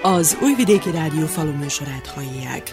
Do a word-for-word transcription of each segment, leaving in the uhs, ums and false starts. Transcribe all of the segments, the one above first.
Az Újvidéki Rádió faluműsorát hallják.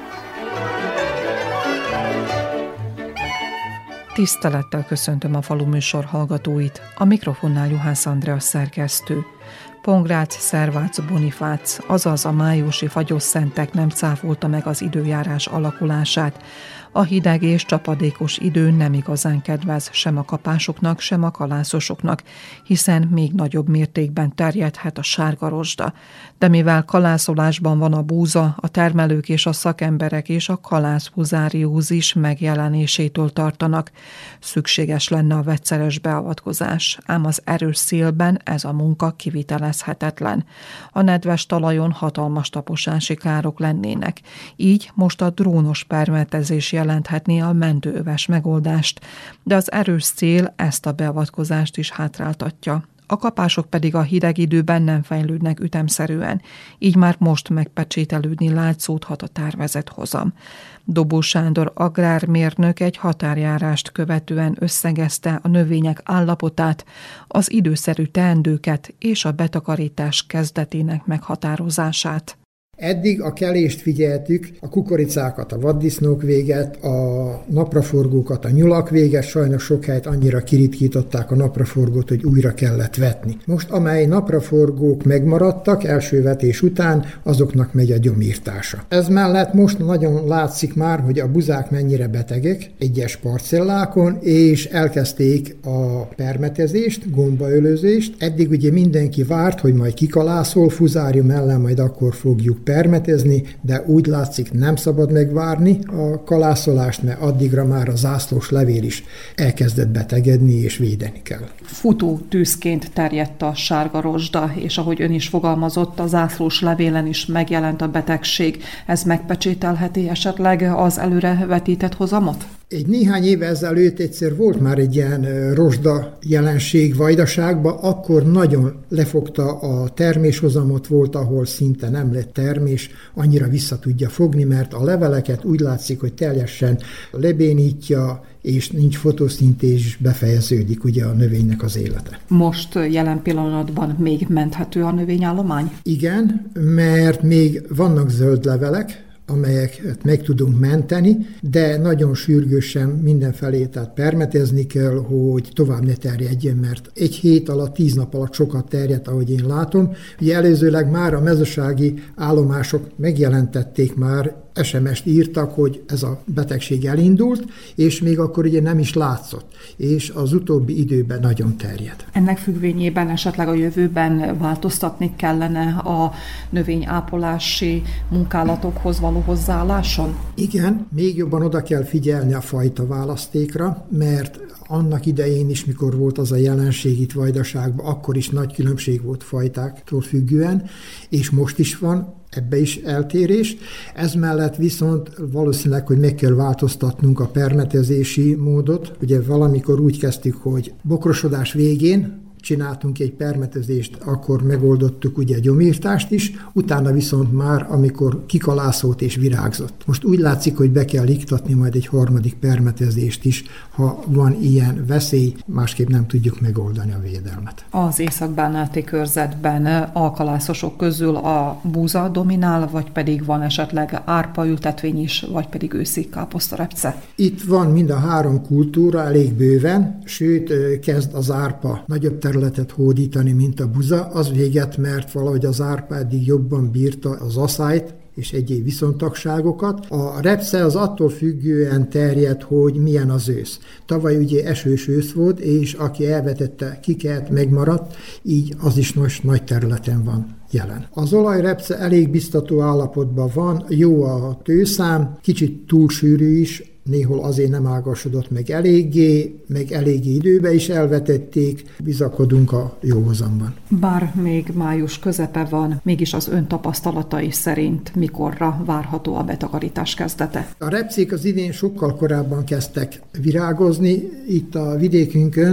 Tisztelettel köszöntöm a faluműsor hallgatóit, a mikrofonnál Juhász Andrea szerkesztő. Pongrác Szervác Bonifác, azaz a májusi fagyosszentek nem cáfolta meg az időjárás alakulását. A hideg és csapadékos idő nem igazán kedvez sem a kapásoknak, sem a kalászosoknak, hiszen még nagyobb mértékben terjedhet a sárga rozsda. De mivel kalászolásban van a búza, a termelők és a szakemberek és a kalászhuzárióz is megjelenésétől tartanak. Szükséges lenne a vegyszeres beavatkozás, ám az erős szélben ez a munka kivitelezhetetlen. A nedves talajon hatalmas taposási károk lennének. Így most a drónos permetezés jelenthetné a mentőöves megoldást, de az erős szél ezt a beavatkozást is hátráltatja. A kapások pedig a hideg időben nem fejlődnek ütemszerűen, így már most megpecsételődni látszódhat a tervezett hozam. Dobó Sándor agrármérnök egy határjárást követően összegezte a növények állapotát, az időszerű teendőket és a betakarítás kezdetének meghatározását. Eddig a kelést figyeltük, a kukoricákat, a vaddisznók véget, a napraforgókat, a nyulak véget, sajnos sok helyet annyira kiritkították a napraforgót, hogy újra kellett vetni. Most amely napraforgók megmaradtak első vetés után, azoknak megy a gyomírtása. Ez mellett most nagyon látszik már, hogy a buzák mennyire betegek egyes parcellákon, és elkezdték a permetezést, gombaölözést. Eddig ugye mindenki várt, hogy majd kikalászol, fuzárium ellen majd akkor fogjuk permetezni, de úgy látszik, nem szabad megvárni a kalászolást, mert addigra már a zászlós levél is elkezdett betegedni, és védeni kell. Futó tűzként terjedt a sárga rozsda, és ahogy ön is fogalmazott, a zászlós levélen is megjelent a betegség. Ez megpecsételheti esetleg az előre vetített hozamot? Egy néhány éve ezelőtt egyszer volt már egy ilyen rozsda jelenség Vajdaságban, akkor nagyon lefogta a terméshozamot, volt, ahol szinte nem lett termés, annyira vissza tudja fogni, mert a leveleket úgy látszik, hogy teljesen lebénítja, és nincs fotoszintézis, befejeződik ugye a növénynek az élete. Most jelen pillanatban még menthető a növényállomány? Igen, mert még vannak zöld levelek, amelyeket meg tudunk menteni, de nagyon sürgősen mindenfelé, tehát permetezni kell, hogy tovább ne terjedjen, mert egy hét alatt, tíz nap alatt sokat terjed, ahogy én látom. Ugye előzőleg már a mezősági állomások megjelentették már, es em est írtak, hogy ez a betegség elindult, és még akkor ugye nem is látszott, és az utóbbi időben nagyon terjed. Ennek függvényében esetleg a jövőben változtatni kellene a növényápolási munkálatokhoz való hozzáálláson? Igen, még jobban oda kell figyelni a fajta választékra, mert annak idején is, mikor volt az a jelenség itt Vajdaságban, akkor is nagy különbség volt fajtáktól függően, és most is van, ebbe is eltérés. Ez mellett viszont valószínűleg, hogy meg kell változtatnunk a permetezési módot. Ugye valamikor úgy kezdtük, hogy bokrosodás végén csináltunk egy permetezést, akkor megoldottuk ugye a gyomírtást is, utána viszont már, amikor kikalászolt és virágzott. Most úgy látszik, hogy be kell iktatni majd egy harmadik permetezést is, ha van ilyen veszély, másképp nem tudjuk megoldani a védelmet. Az Észak-Bánáti körzetben a kalászosok közül a búza dominál, vagy pedig van esetleg árpaültetvény is, vagy pedig őszi káposztarepce? Itt van mind a három kultúra elég bőven, sőt kezd az árpa nagyobb területet hódítani, mint a buza, az véget, mert valahogy az árpa eddig jobban bírta az aszályt és egyéb viszontagságokat. A repce az attól függően terjed, hogy milyen az ősz. Tavaly ugye esős ősz volt, és aki elvetette kiket, megmaradt, így az is most nagy területen van jelen. Az olajrepce elég biztató állapotban van, jó a tőszám, kicsit túl sűrű is, néhol azért nem ágasodott meg eléggé, meg eléggé időbe is elvetették, bizakodunk a jó hozamban. Bár még május közepe van, mégis az ön tapasztalatai szerint mikorra várható a betakarítás kezdete? A repcék az idén sokkal korábban kezdtek virágozni. Itt a vidékünkön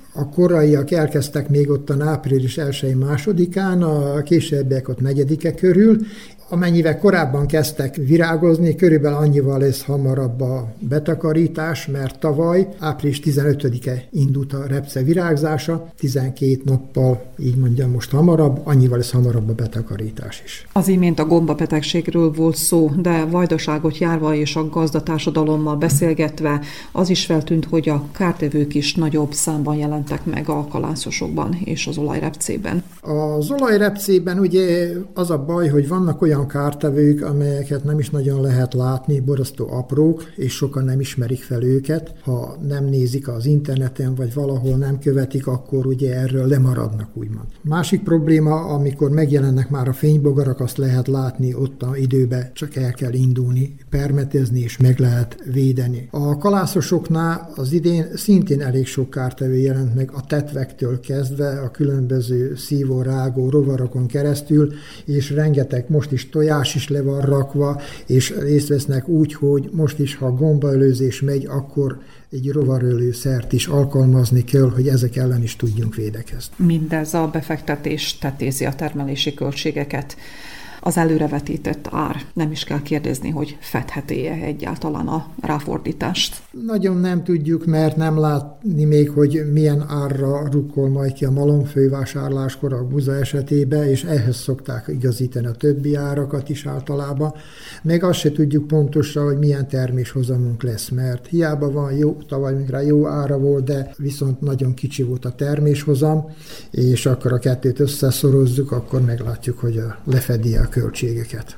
A koraiak elkezdtek még ott a április első-másodikán, a későbbiek ott negyedike körül. Amennyivel korábban kezdtek virágozni, körülbelül annyival lesz hamarabb a betakarítás, mert tavaly április tizenötödike indult a repce virágzása, tizenkét nappal, így mondjam most hamarabb, annyival lesz hamarabb a betakarítás is. Az imént a gombabetegségről volt szó, de vajdaságot járva és a gazdatársadalommal beszélgetve az is feltűnt, hogy a kártevők is nagyobb számban jelentek meg a kalászosokban és az olajrepcében. Az olajrepcében ugye az a baj, hogy vannak olyan kártevők, amelyeket nem is nagyon lehet látni, borzasztó aprók, és sokan nem ismerik fel őket. Ha nem nézik az interneten, vagy valahol nem követik, akkor ugye erről lemaradnak, úgymond. Másik probléma, amikor megjelennek már a fénybogarak, azt lehet látni ott a időben, csak el kell indulni, permetezni, és meg lehet védeni. A kalászosoknál az idén szintén elég sok kártevő jelent meg, a tetvektől kezdve, a különböző szívó, rágó, rovarokon keresztül, és rengeteg most is tojás is le van rakva, és részt vesznek úgy, hogy most is, ha gombaölőzés megy, akkor egy rovarölő szert is alkalmazni kell, hogy ezek ellen is tudjunk védekezni. Mindez a befektetés tetézi a termelési költségeket. Az előrevetített ár, nem is kell kérdezni, hogy fedheti-e egyáltalán a ráfordítást. Nagyon nem tudjuk, mert nem látni még, hogy milyen árra rukkol majd ki a malomfővásárláskor a buza esetében, és ehhez szokták igazítani a többi árakat is általában. Még azt se tudjuk pontosan, hogy milyen terméshozamunk lesz, mert hiába van jó, tavaly még rá jó ára volt, de viszont nagyon kicsi volt a terméshozam, és akkor a kettőt összeszorozzuk, akkor meglátjuk, hogy a lefedi a költségeket.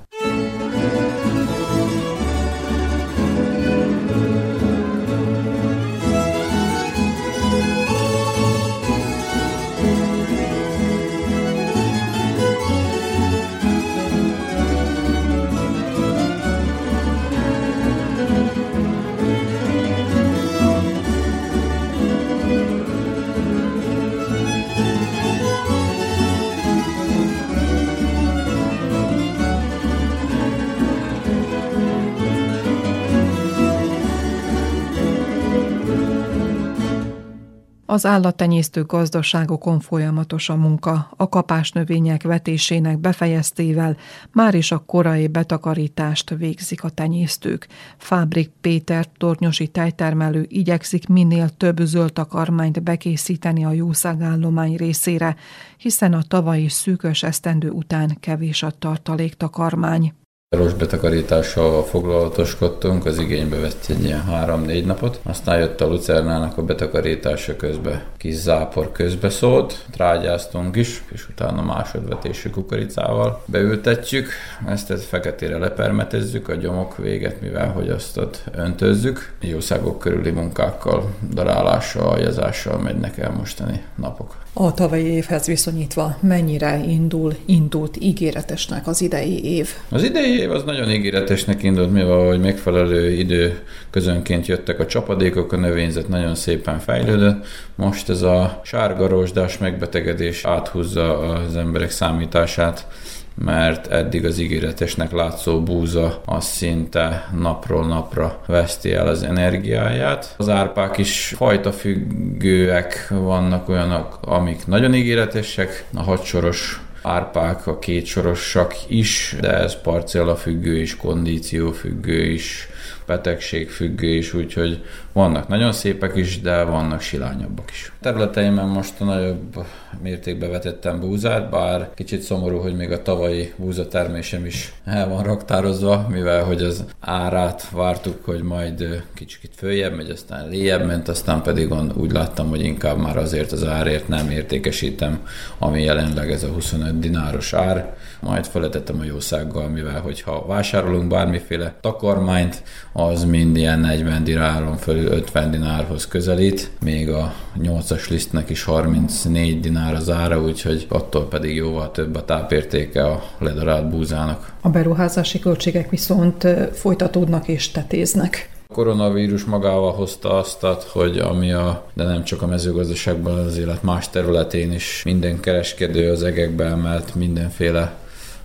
Az állattenyésztő gazdaságokon folyamatos a munka, a kapásnövények vetésének befejeztével már is a korai betakarítást végzik a tenyésztők. Fábrik Péter tornyosi tejtermelő igyekszik minél több zöld takarmányt bekészíteni a jószágállomány részére, hiszen a tavalyi szűkös esztendő után kevés a tartaléktakarmány. Rostbetakarítással foglalatoskodtunk, az igénybe vett egy ilyen három-négy napot. Aztán jött a lucernának a betakarítása közben. Kis zápor közbeszólt, trágyáztunk is, és utána másodvetésű kukoricával beültetjük. Ezt egy feketére lepermetezzük, a gyomok véget, mivel hogy azt ott öntözzük. Jószágok körüli munkákkal, darálással, aljazással megynek el mostani napok. A tavalyi évhez viszonyítva mennyire indul, indult ígéretesnek az idei év? Az idei év az nagyon ígéretesnek indult, mivel hogy megfelelő idő közönként jöttek a csapadékok, a növényzet nagyon szépen fejlődött. Most ez a sárga rozsdás megbetegedés áthúzza az emberek számítását, mert eddig az ígéretesnek látszó búza az szinte napról napra veszti el az energiáját. Az árpák is fajtafüggőek, vannak olyanok, amik nagyon ígéretesek, a hatsoros árpák, a kétsorosak is, de ez parcella függő is, kondíció függő is, betegség függő is, úgyhogy vannak nagyon szépek is, de vannak silányabbak is. A területeimen most a nagyobb mértékben vetettem búzát, bár kicsit szomorú, hogy még a tavalyi búzatermésem is el van raktározva, mivel hogy az árát vártuk, hogy majd kicsit följebb megy, aztán léjebb ment, aztán pedig úgy láttam, hogy inkább már azért az árért nem értékesítem, ami jelenleg ez a huszonöt dináros ár. Majd feletettem a jószággal, mivel hogyha vásárolunk bármiféle takarmányt, az mind ilyen negyven dináron fölül ötven dinárhoz közelít, még a nyolcas lisztnek is harmincnégy dinár az ára, úgyhogy attól pedig jóval több a tápértéke a ledarált búzának. A beruházási költségek viszont folytatódnak és tetéznek. A koronavírus magával hozta azt, hogy ami a, de nem csak a mezőgazdaságban, az élet más területén is minden kereskedő az egekbe emelt mindenféle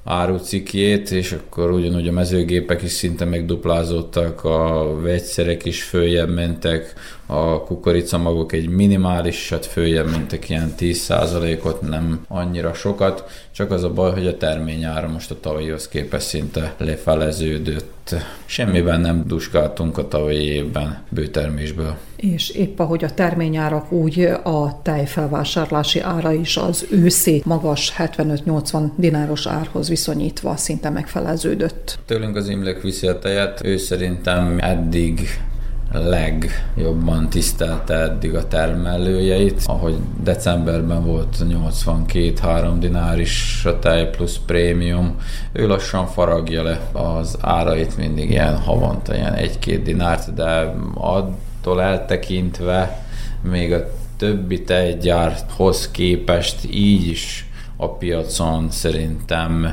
árucikkjét, és akkor ugyanúgy a mezőgépek is szinte megduplázódtak, a vegyszerek is följebb mentek, a kukoricamagok egy minimálisat följebb mentek, ilyen tíz százalékot, nem annyira sokat, csak az a baj, hogy a terményára most a tavalyihoz képest szinte lefeleződött. Semmiben nem duskáltunk a tavalyi évben bőtermésből. És épp ahogy a terményárak, úgy a tejfelvásárlási ára is az őszi magas hetvenöt-nyolcvan dináros árhoz viszonyítva szinte megfeleződött. Tőlünk az Imlek viszi a tejet, ő szerintem eddig legjobban tisztelte eddig a termelőjeit. Ahogy decemberben volt nyolcvankét-három dinár is a tej plusz prémium, ő lassan faragja le az árait, mindig ilyen havonta ilyen egy-két dinárt, de attól eltekintve még a többi tejgyárhoz képest így is a piacon szerintem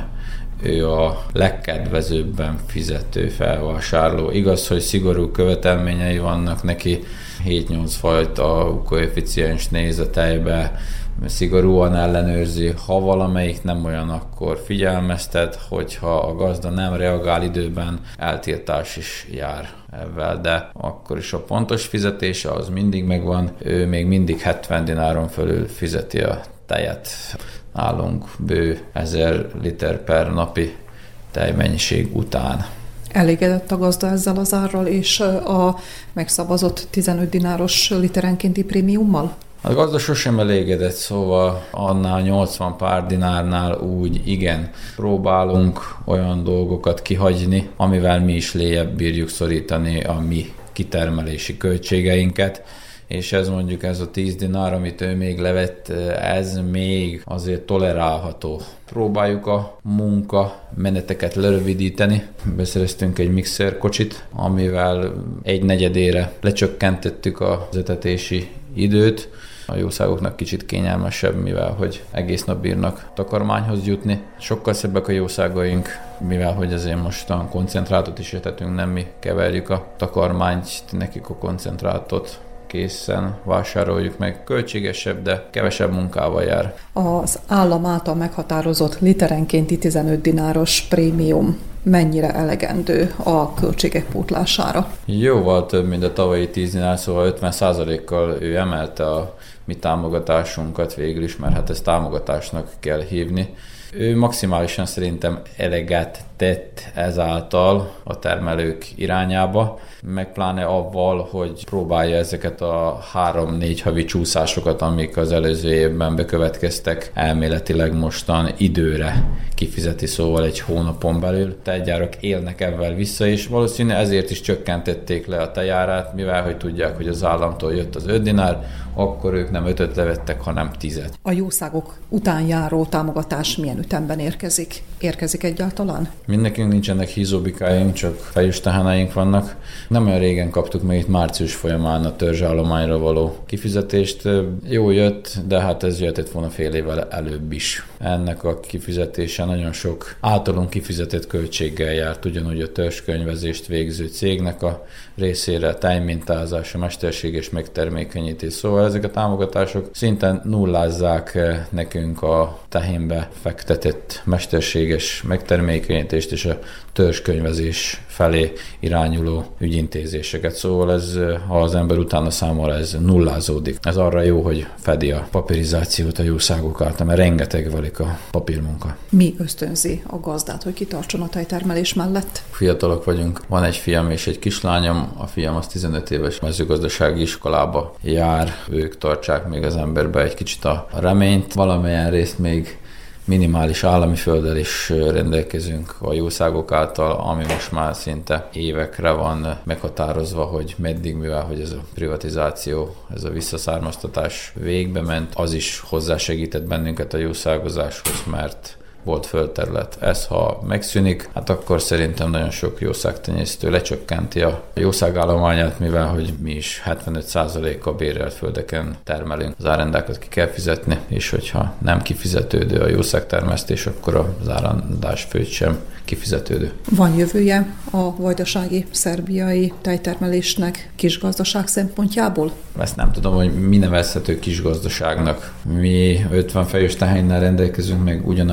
ő a legkedvezőbben fizető felvásárló. Igaz, hogy szigorú követelményei vannak neki, hét-nyolc fajta koeficiens néz a tejbe, szigorúan ellenőrzi, ha valamelyik nem olyan, akkor figyelmeztet, hogyha a gazda nem reagál időben, eltiltás is jár ezzel, de akkor is a pontos fizetése az mindig megvan, ő még mindig hetven dináron fölül fizeti a tejet. Nálunk bő ezer liter per napi tejmennyiség után. Elégedett a gazda ezzel az árral és a megszavazott tizenöt dináros literenkénti prémiummal? A gazda sosem elégedett, szóval annál nyolcvan pár dinárnál úgy igen. Próbálunk olyan dolgokat kihagyni, amivel mi is léjebb bírjuk szorítani a mi kitermelési költségeinket, és ez mondjuk ez a tíz dinár, amit ő még levett, ez még azért tolerálható. Próbáljuk a munka meneteket lerövidíteni. Beszereztünk egy mixerkocsit, amivel egy negyedére lecsökkentettük az etetési időt. A jószágoknak kicsit kényelmesebb, mivel hogy egész nap bírnak takarmányhoz jutni. Sokkal szebbek a jószágaink, mivel hogy azért most a koncentrátot is etetünk, nem mi keverjük a takarmányt, nekik a koncentrátot készen vásároljuk meg. Költségesebb, de kevesebb munkával jár. Az állam által meghatározott literenkénti tizenöt dináros prémium mennyire elegendő a költségek pótlására? Jóval több, mint a tavalyi tíz dinár, szóval ötven százalékkal ő emelte a mi támogatásunkat végül is, mert hát ezt támogatásnak kell hívni. Ő maximálisan szerintem eleget tett ezáltal a termelők irányába, meg pláne avval, hogy próbálja ezeket a három-négy havi csúszásokat, amik az előző évben bekövetkeztek, elméletileg mostan időre kifizeti, szóval egy hónapon belül. Tejgyárak élnek ebben vissza, és valószínűleg ezért is csökkentették le a tejárát, mivel hogy tudják, hogy az államtól jött az öt dinár, akkor ők nem ötöt levettek, hanem tizet. A jószágok után járó támogatás milyen ütemben érkezik? Érkezik egyáltalán? Mindnekünk nincsenek hízóbikáink, csak fejős teheneink vannak. Nem olyan régen kaptuk meg itt március folyamán a törzsállományra való kifizetést. Jó jött, de hát ez jöhetett volna fél évvel előbb is. Ennek a kifizetése nagyon sok általunk kifizetett költséggel járt, ugyanúgy a törzskönyvezést végző cégnek a részére, tejmintázás, a mesterséges megtermékenyítés. Szóval ezek a támogatások szinten nullázzák nekünk a tehénbe fektetett mesterséges megtermékenyítést és a törzskönyvezés felé irányuló ügyintézéseket. Szóval ez, ha az ember utána számol, ez nullázódik. Ez arra jó, hogy fedi a papírizációt a jószágok által, mert rengeteg velik a papírmunka. Mi ösztönzi a gazdát, hogy kitartson a tejtermelés mellett? Fiatalok vagyunk, van egy fiam és egy kislányom, a fiam az tizenöt éves mezőgazdasági iskolába jár, ők tartsák még az emberbe egy kicsit a reményt, valamilyen részt még minimális állami földdel is rendelkezünk a jószágok által, ami most már szinte évekre van meghatározva, hogy meddig, mivel hogy ez a privatizáció, ez a visszaszármaztatás végbe ment, az is hozzásegített bennünket a jószágozáshoz, mert volt földterület. Ez, ha megszűnik, hát akkor szerintem nagyon sok jószágtenyésztő lecsökkenti a jószágállományát, mivel hogy mi is hetvenöt százaléka bérelt földeken termelünk. Az árendákat ki kell fizetni, és hogyha nem kifizetődő a jószágtermesztés, akkor az árendás főt sem kifizetődő. Van jövője a vajdasági szerbiai tejtermelésnek kisgazdaság szempontjából? Ezt nem tudom, hogy mi nevezhető kisgazdaságnak. Mi ötven fejős tehénnel rendelkezünk, meg ugyanannyi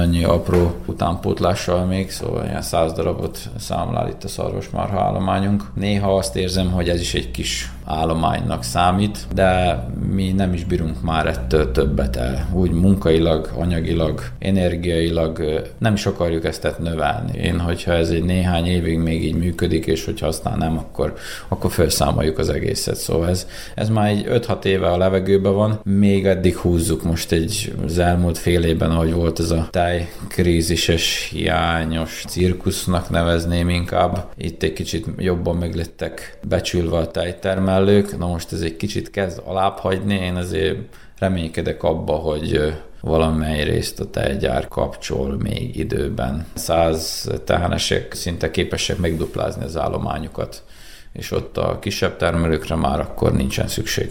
apró utánpótlással még, szóval ilyen száz darabot számlál itt a szarvasmarha állományunk. Néha azt érzem, hogy ez is egy kis állománynak számít, de mi nem is bírunk már ettől többet el. Úgy munkailag, anyagilag, energiailag nem is akarjuk ezt növelni. Én, hogyha ez egy néhány évig még így működik, és hogyha aztán nem, akkor, akkor felszámoljuk az egészet. Szóval ez, ez már egy öt-hat éve a levegőben van, még eddig húzzuk most egy az elmúlt fél évben, ahogy volt ez a tejkrízises, hiányos cirkusznak nevezném inkább. Itt egy kicsit jobban meglettek becsülve a tejtermelők, na most ez egy kicsit kezd alább hagyni, én azért reménykedek abba, hogy valamely részt a tejgyár kapcsol még időben. Száz tehenesek szinte képesek megduplázni az állományukat, és ott a kisebb termelőkre már akkor nincsen szükség.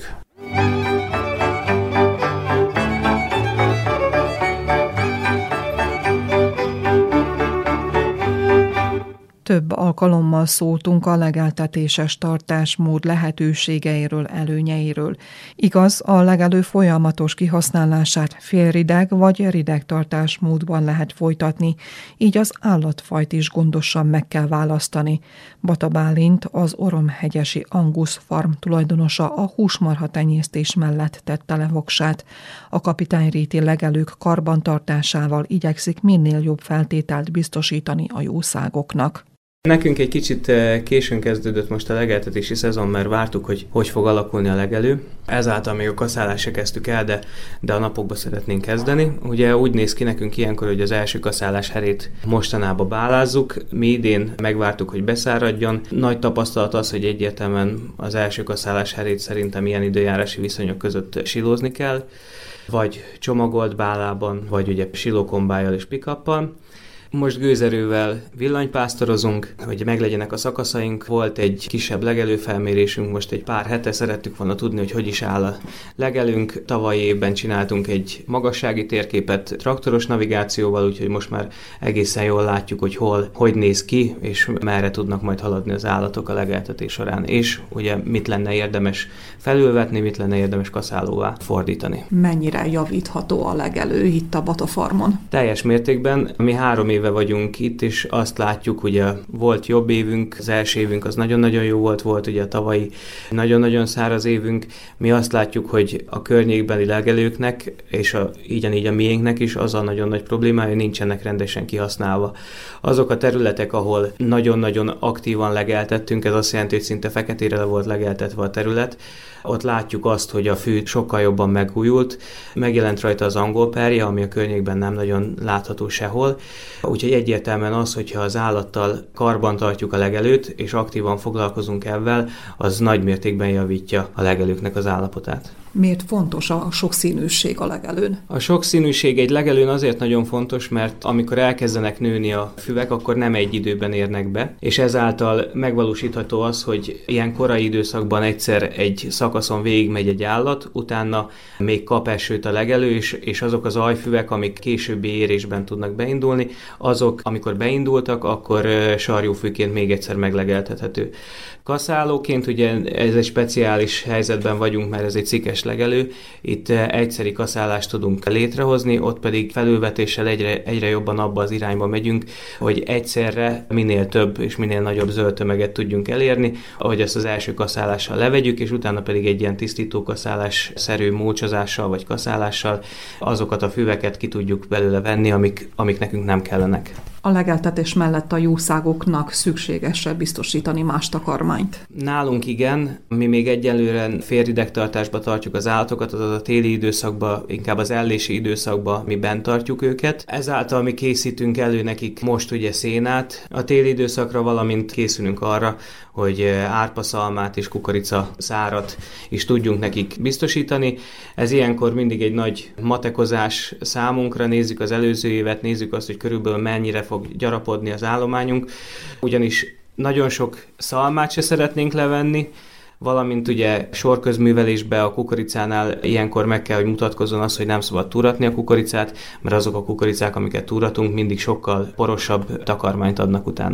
Több alkalommal szóltunk a legeltetéses tartásmód lehetőségeiről, előnyeiről. Igaz, a legelő folyamatos kihasználását félrideg vagy rideg tartásmódban lehet folytatni, így az állatfajt is gondosan meg kell választani. Bata Bálint, az Oromhegyesi Angus Farm tulajdonosa a húsmarha tenyésztés mellett tette le voksát. A kapitányréti legelők karbantartásával igyekszik minél jobb feltételt biztosítani a jószágoknak. Nekünk egy kicsit későn kezdődött most a legeltetési szezon, mert vártuk, hogy hogy fog alakulni a legelő. Ezáltal még a kaszálást se kezdtük el, de, de a napokban szeretnénk kezdeni. Ugye úgy néz ki nekünk ilyenkor, hogy az első kaszálás herét mostanában bálázzuk. Mi idén megvártuk, hogy beszáradjon. Nagy tapasztalat az, hogy egyértelműen az első kaszálás herét szerintem ilyen időjárási viszonyok között silózni kell, vagy csomagolt bálában, vagy ugye silókombájjal és pick-uppal. Most gőzerővel villanypásztorozunk, hogy meglegyenek a szakaszaink. Volt egy kisebb legelőfelmérésünk, most egy pár hete szerettük volna tudni, hogy hogy is áll a legelőnk. Tavaly évben csináltunk egy magassági térképet traktoros navigációval, úgyhogy most már egészen jól látjuk, hogy hol, hogy néz ki, és merre tudnak majd haladni az állatok a legeltetés során. És ugye mit lenne érdemes felülvetni, mit lenne érdemes kaszálóvá fordítani. Mennyire javítható a legelő itt a Bata Farmon? Teljes mértékben. Mi három év vagyunk itt, és azt látjuk, ugye volt jobb évünk, az első évünk az nagyon-nagyon jó volt, volt ugye a tavalyi nagyon-nagyon száraz évünk. Mi azt látjuk, hogy a környékbeli legelőknek, és a, így a miénknek is az a nagyon nagy problémája, hogy nincsenek rendesen kihasználva. Azok a területek, ahol nagyon-nagyon aktívan legeltettünk, ez azt jelenti, hogy szinte feketére le volt legeltetve a terület, ott látjuk azt, hogy a fű sokkal jobban megújult, megjelent rajta az angol perje, ami a környékben nem nagyon látható sehol. Úgyhogy egyértelműen az, hogyha az állattal karban tartjuk a legelőt, és aktívan foglalkozunk ebben, az nagy mértékben javítja a legelőknek az állapotát. Miért fontos a sokszínűség a legelőn? A sokszínűség egy legelőn azért nagyon fontos, mert amikor elkezdenek nőni a füvek, akkor nem egy időben érnek be, és ezáltal megvalósítható az, hogy ilyen korai időszakban egyszer egy szakaszon végigmegy egy állat, utána még kap esőt a legelő, és, és azok az ajfüvek, amik későbbi érésben tudnak beindulni, azok, amikor beindultak, akkor sarjófűként még egyszer meglegeltethető. Kaszálóként ugye ez egy speciális helyzetben vagyunk, mert ez egy cikkes legelő, itt egyszeri kaszálást tudunk létrehozni, ott pedig felülvetéssel egyre, egyre jobban abba az irányba megyünk, hogy egyszerre minél több és minél nagyobb zöld tömeget tudjunk elérni, ahogy ezt az első kaszálással levegyük, és utána pedig egy ilyen tisztító kaszálás-szerű múlcsozással vagy kaszálással azokat a füveket ki tudjuk belőle venni, amik, amik nekünk nem kellenek. A legeltetés mellett a jószágoknak szükséges biztosítani más takarmányt? Nálunk igen, mi még egyelőre félridegtartásba tartjuk az állatokat, azaz a téli időszakban, inkább az ellési időszakban mi bent tartjuk őket. Ezáltal mi készítünk elő nekik most ugye szénát a téli időszakra, valamint készülünk arra, hogy árpaszalmát és kukorica szárat is tudjunk nekik biztosítani. Ez ilyenkor mindig egy nagy matekozás számunkra, nézzük az előző évet, nézzük azt, hogy körülbelül mennyire fog gyarapodni az állományunk, ugyanis nagyon sok szalmát se szeretnénk levenni, valamint ugye sorközművelésbe a kukoricánál ilyenkor meg kell, hogy mutatkozzon az, hogy nem szabad túratni a kukoricát, mert azok a kukoricák, amiket túratunk, mindig sokkal porosabb takarmányt adnak utána.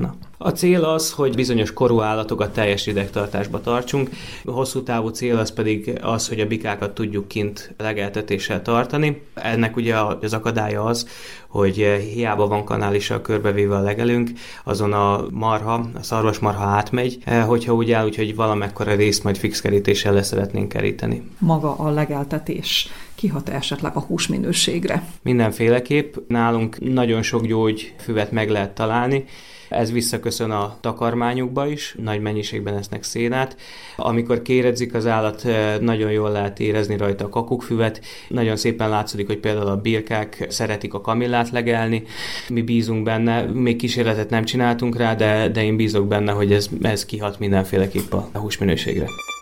A cél az, hogy bizonyos korú állatokat teljes idegtartásba tartsunk. A hosszú távú cél az pedig az, hogy a bikákat tudjuk kint legeltetéssel tartani. Ennek ugye az akadálya az, hogy hiába van kanálissal körbevéve a legelőnk, azon a marha, a szarvasmarha átmegy, hogyha úgy áll, úgyhogy valamekkora részt majd fix kerítéssel le szeretnénk keríteni. Maga a legeltetés kihat esetleg a húsminőségre? Mindenféleképp. Nálunk nagyon sok gyógyfüvet meg lehet találni. Ez visszaköszön a takarmányukba is, nagy mennyiségben esznek szénát. Amikor kéredzik az állat, nagyon jól lehet érezni rajta a kakukfüvet. Nagyon szépen látszódik, hogy például a birkák szeretik a kamillát legelni. Mi bízunk benne, még kísérletet nem csináltunk rá, de, de én bízok benne, hogy ez, ez kihat mindenféleképp a húsminőségre.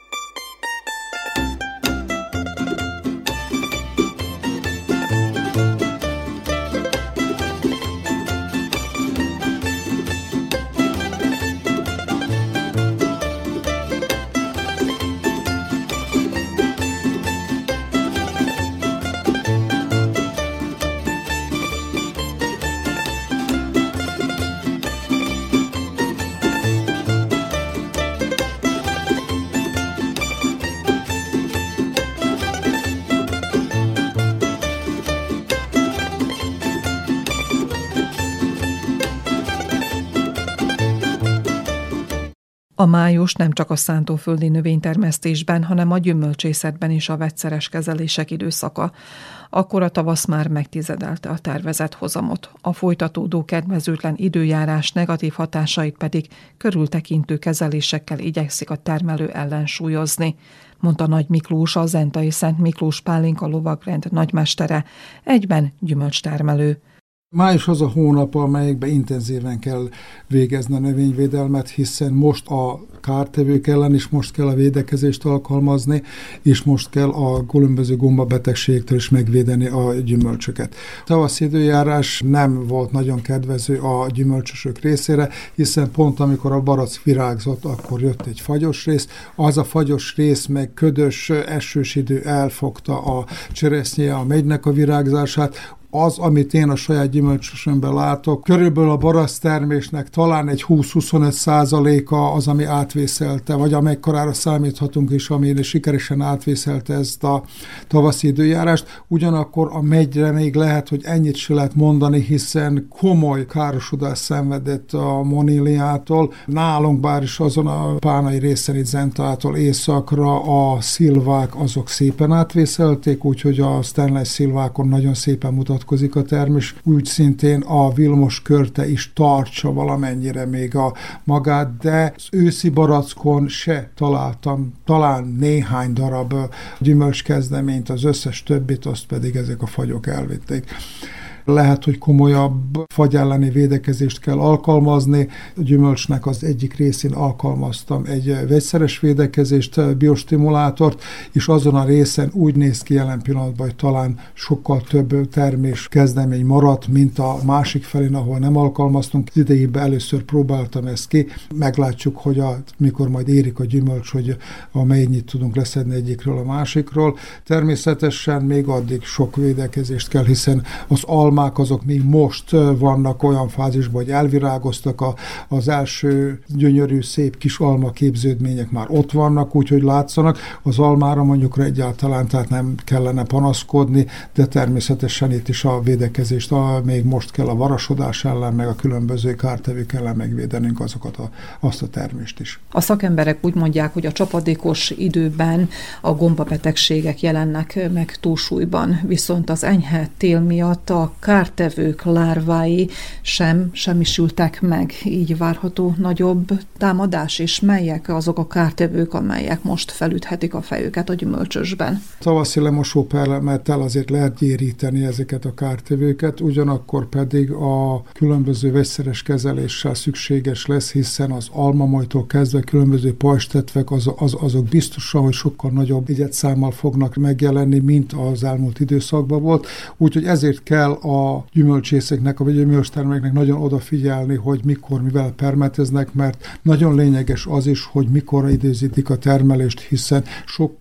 A május nem csak a szántóföldi növénytermesztésben, hanem a gyümölcsészetben is a vegyszeres kezelések időszaka. Akkor a tavasz már megtizedelte a tervezett hozamot. A folytatódó kedvezőtlen időjárás negatív hatásait pedig körültekintő kezelésekkel igyekszik a termelő ellensúlyozni, mondta Nagy Miklós, a zentai Szent Miklós Pálinka lovagrend nagymestere, egyben gyümölcstermelő. Május az a hónap, amelyikben intenzíven kell végezni a növényvédelmet, hiszen most a kártevők ellen is most kell a védekezést alkalmazni, és most kell a különböző gombabetegségtől is megvédeni a gyümölcsöket. Tavaszi időjárás nem volt nagyon kedvező a gyümölcsösök részére, hiszen pont amikor a barack virágzott, akkor jött egy fagyos rész. Az a fagyos rész meg ködös, esős idő elfogta a cseresznye, a megynek a virágzását. Az, amit én a saját gyümölcsösömben látok, körülbelül a barasztermésnek talán egy húsz-huszonöt százaléka az, ami átvészelte, vagy amekkorára számíthatunk is, ami sikeresen átvészelte ezt a tavaszi időjárást. Ugyanakkor a megyre még lehet, hogy ennyit se lehet mondani, hiszen komoly károsodás szenvedett a moníliától. Nálunk bár is azon a pánai részen itt Zentától északra a szilvák azok szépen átvészelték, úgyhogy a Stanley szilvákon nagyon szépen mutat a termés, úgy szintén a Vilmos körte is tartsa valamennyire még a magát, de az őszi barackon se találtam talán néhány darab gyümölcskezdeményt, az összes többit, azt pedig ezek a fagyok elvitték. Lehet, hogy komolyabb fagy elleni védekezést kell alkalmazni. A gyümölcsnek az egyik részén alkalmaztam egy vegyszeres védekezést, biostimulátort, és azon a részen úgy néz ki jelen pillanatban, hogy talán sokkal több termés kezdemény maradt, mint a másik felén, ahol nem alkalmaztunk. Az idejében először próbáltam ezt ki. Meglátjuk, hogy a, mikor majd érik a gyümölcs, hogy amennyit tudunk leszedni egyikről a másikról. Természetesen még addig sok védekezést kell, hiszen az alma azok még most vannak olyan fázisban, hogy elvirágoztak, a, az első gyönyörű, szép kis alma képződmények már ott vannak, úgyhogy látszanak. Az almára mondjuk egyáltalán, tehát nem kellene panaszkodni, de természetesen itt is a védekezést, a, még most kell a varasodás ellen, meg a különböző kártevők ellen megvédenünk azokat a, azt a termést is. A szakemberek úgy mondják, hogy a csapadékos időben a gombabetegségek jelennek meg túlsúlyban, viszont az enyhe tél miatt a kártevők lárvái sem semmisültek meg, így várható nagyobb támadás, és melyek azok a kártevők, amelyek most felüthetik a fejüket a gyümölcsösben? Tavaszi lemosóperlettel azért lehet gyéríteni ezeket a kártevőket, ugyanakkor pedig a különböző vegyszeres kezeléssel szükséges lesz, hiszen az almamojtól kezdve különböző pajzstetvek az, az, azok biztosan, hogy sokkal nagyobb egyedszámmal fognak megjelenni, mint az elmúlt időszakban volt, úgyhogy ezért kell a gyümölcsészeknek, vagy a gyümölcstermelőknek nagyon odafigyelni, hogy mikor, mivel permeteznek, mert nagyon lényeges az is, hogy mikor időzítik a termelést, hiszen sokkal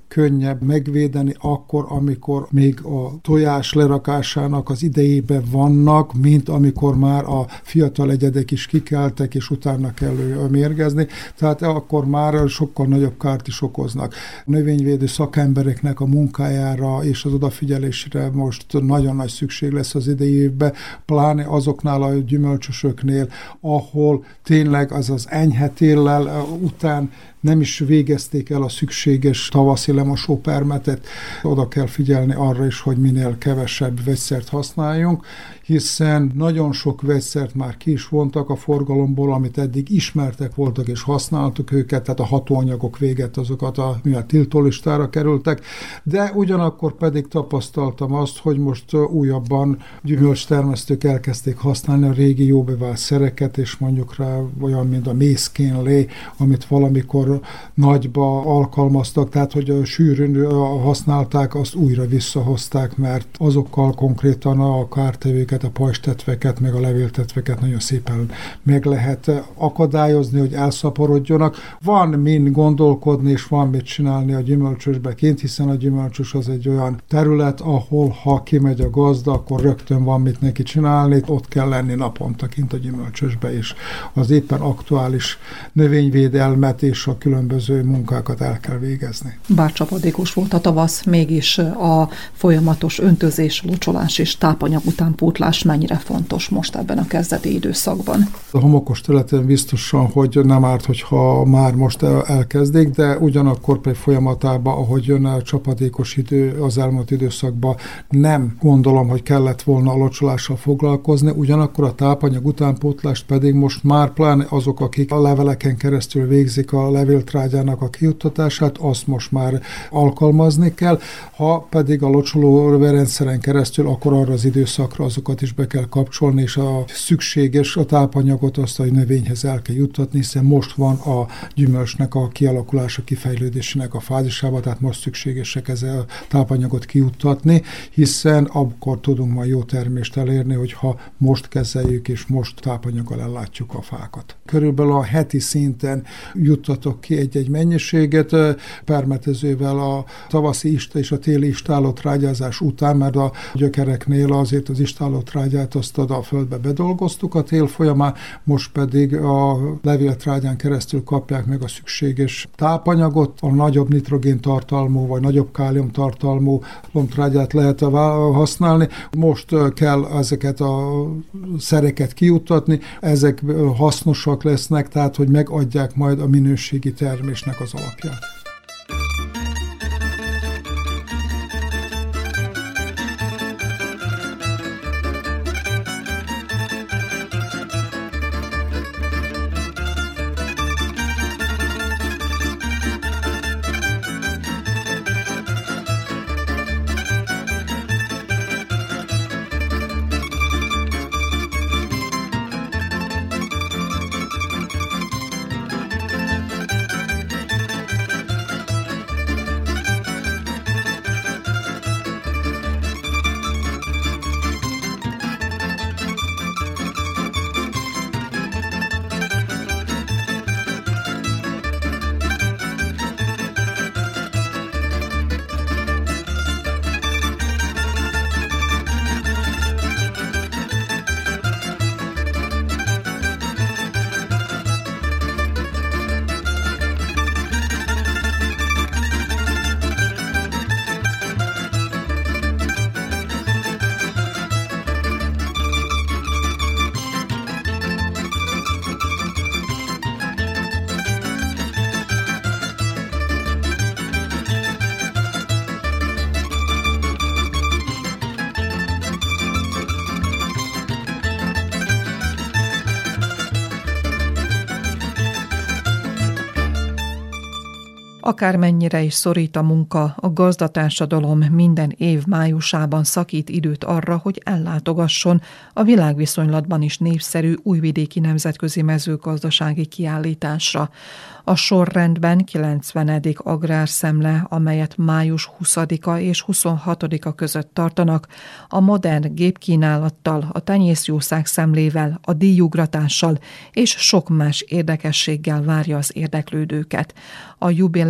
könnyebb megvédeni akkor, amikor még a tojás lerakásának az idejében vannak, mint amikor már a fiatal egyedek is kikeltek, és utána kell mérgezni, tehát akkor már sokkal nagyobb kárt is okoznak. A növényvédő szakembereknek a munkájára és az odafigyelésre most nagyon nagy szükség lesz az idei évben, pláne azoknál a gyümölcsösöknél, ahol tényleg az az enyhe téllel után nem is végezték el a szükséges tavaszi lemosópermetet. Oda kell figyelni arra is, hogy minél kevesebb vegyszert használjunk, hiszen nagyon sok vegyszert már ki is vontak a forgalomból, amit eddig ismertek voltak és használtuk őket, tehát a hatóanyagok véget azokat, a, mivel tiltólistára kerültek, de ugyanakkor pedig tapasztaltam azt, hogy most újabban gyümölcstermesztők elkezdték használni a régi jó bevált szereket, és mondjuk rá olyan, mint a mészkínlé, amit valamikor nagyba alkalmaztak, tehát hogy a sűrűn használták, azt újra visszahozták, mert azokkal konkrétan a kártevőket, a pajzstetveket, meg a levéltetveket nagyon szépen meg lehet akadályozni, hogy elszaporodjanak. Van mind gondolkodni, és van mit csinálni a gyümölcsösbe kint, hiszen a gyümölcsös az egy olyan terület, ahol ha kimegy a gazda, akkor rögtön van mit neki csinálni, ott kell lenni naponta kint a gyümölcsösbe, és az éppen aktuális növényvédelmet és a különböző munkákat el kell végezni. Bár csapadékos volt a tavasz, mégis a folyamatos öntözés, locsolás és tápanyag utánpótlás mennyire fontos most ebben a kezdeti időszakban? A homokos területen biztosan, hogy nem árt, hogyha már most elkezdik, de ugyanakkor pedig folyamatában, ahogy jön a csapadékos idő az elmúlt időszakban, nem gondolom, hogy kellett volna a locsolással foglalkozni, ugyanakkor a tápanyag utánpótlást pedig most már pláne azok, akik a leveleken keresztül végzik a levéltrágyának a kijuttatását, azt most már alkalmazni kell. Ha pedig a locsoló rendszeren keresztül, akkor arra az időszakra azokat is be kell kapcsolni, és a szükséges a tápanyagot azt a növényhez el kell juttatni, hiszen most van a gyümölcsnek a kialakulása, kifejlődésének a fázisában, tehát most szükségesek ezzel a tápanyagot kijuttatni, hiszen akkor tudunk majd jó termést elérni, hogyha most kezeljük és most tápanyaggal ellátjuk a fákat. Körülbelül a heti szinten juttatok ki egy-egy mennyiséget permetezővel a tavaszi ista és a téli istállótrágyázás után, mert a gyökereknél azért az istállótrágyát azt a földbe bedolgoztuk a tél folyamán, most pedig a levéltrágyán keresztül kapják meg a szükséges tápanyagot, a nagyobb nitrogén tartalmú vagy nagyobb kálium tartalmú lomtrágyát lehet használni. Most kell ezeket a szereket kijuttatni, ezek hasznosak lesznek, tehát hogy megadják majd a minőségi termésnek az alapját. Akármennyire is szorít a munka, a gazdatársadalom minden év májusában szakít időt arra, hogy ellátogasson a világviszonylatban is népszerű újvidéki nemzetközi mezőgazdasági kiállításra. A sorrendben kilencvenedik agrárszemle, amelyet május huszadika és huszonhatodika között tartanak, a modern gépkínálattal, a tenyészjószág szemlével, a díjugratással és sok más érdekességgel várja az érdeklődőket. A jubileum